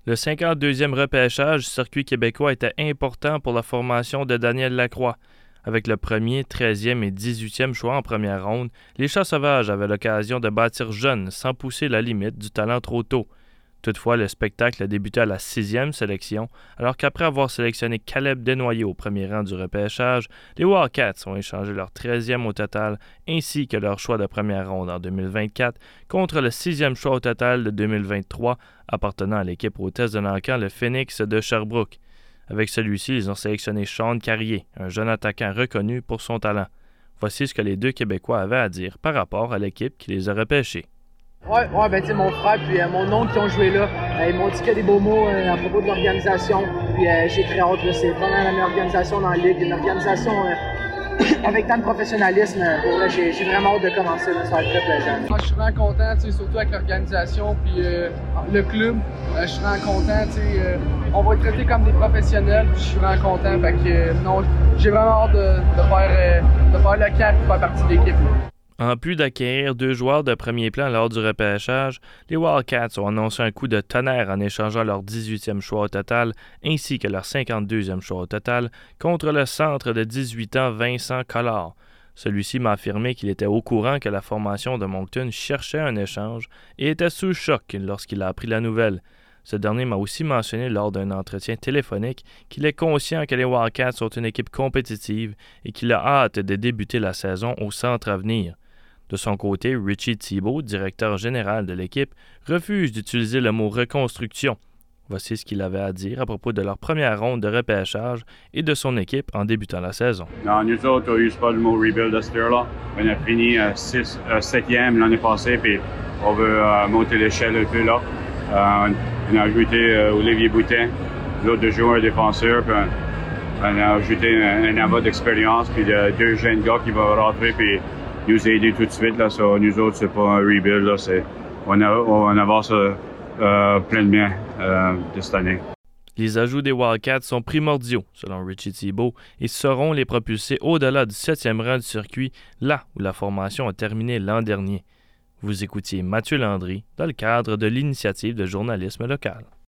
Le 52e repêchage du circuit québécois était important pour la formation de Daniel Lacroix. Avec le 1er, 13e et 18e choix en première ronde, les Chats sauvages avaient l'occasion de bâtir jeune sans pousser la limite du talent trop tôt. Toutefois, le spectacle a débuté à la 6e sélection, alors qu'après avoir sélectionné Caleb Desnoyers au premier rang du repêchage, les Wildcats ont échangé leur 13e au total ainsi que leur choix de première ronde en 2024 contre le 6e choix au total de 2023 appartenant à l'équipe hôtesse de Nancan, le Phoenix de Sherbrooke. Avec celui-ci, ils ont sélectionné Sean Carrier, un jeune attaquant reconnu pour son talent. Voici ce que les deux Québécois avaient à dire par rapport à l'équipe qui les a repêchés. Ben tu sais, mon frère puis mon oncle qui ont joué là, ils m'ont dit que des beaux mots à propos de l'organisation. Puis j'ai très hâte, là, c'est vraiment la meilleure organisation dans la ligue, une organisation avec tant de professionnalisme. Pour là, j'ai vraiment hâte de commencer, là, ça va être très plaisant. Je suis vraiment content, tu sais, surtout avec l'organisation puis le club. Je suis vraiment content, tu sais, on va être traités comme des professionnels. Puis je suis vraiment content, fait que non, j'ai vraiment hâte de faire le camp et de faire partie de l'équipe. En plus d'acquérir 2 joueurs de premier plan lors du repêchage, les Wildcats ont annoncé un coup de tonnerre en échangeant leur 18e choix au total ainsi que leur 52e choix au total contre le centre de 18 ans Vincent Collard. Celui-ci m'a affirmé qu'il était au courant que la formation de Moncton cherchait un échange et était sous choc lorsqu'il a appris la nouvelle. Ce dernier m'a aussi mentionné lors d'un entretien téléphonique qu'il est conscient que les Wildcats sont une équipe compétitive et qu'il a hâte de débuter la saison au centre à venir. De son côté, Richie Thibault, directeur général de l'équipe, refuse d'utiliser le mot « reconstruction ». Voici ce qu'il avait à dire à propos de leur première ronde de repêchage et de son équipe en débutant la saison. Non, nous autres, on n'use pas le mot « rebuild » à cette heure-là. On a fini 7e l'année passée, puis on veut monter l'échelle un peu là. On a ajouté Olivier Boutin, l'autre de joueur défenseur, puis on a ajouté un amas d'expérience, puis 2 jeunes gars qui vont rentrer, puis nous aider tout de suite. Là, nous autres, c'est pas un rebuild, là, on avance plein de bien de cette année. Les ajouts des Wildcats sont primordiaux, selon Richie Thibault, et seront les propulser au-delà du 7e rang du circuit, là où la formation a terminé l'an dernier. Vous écoutiez Mathieu Landry dans le cadre de l'initiative de journalisme local.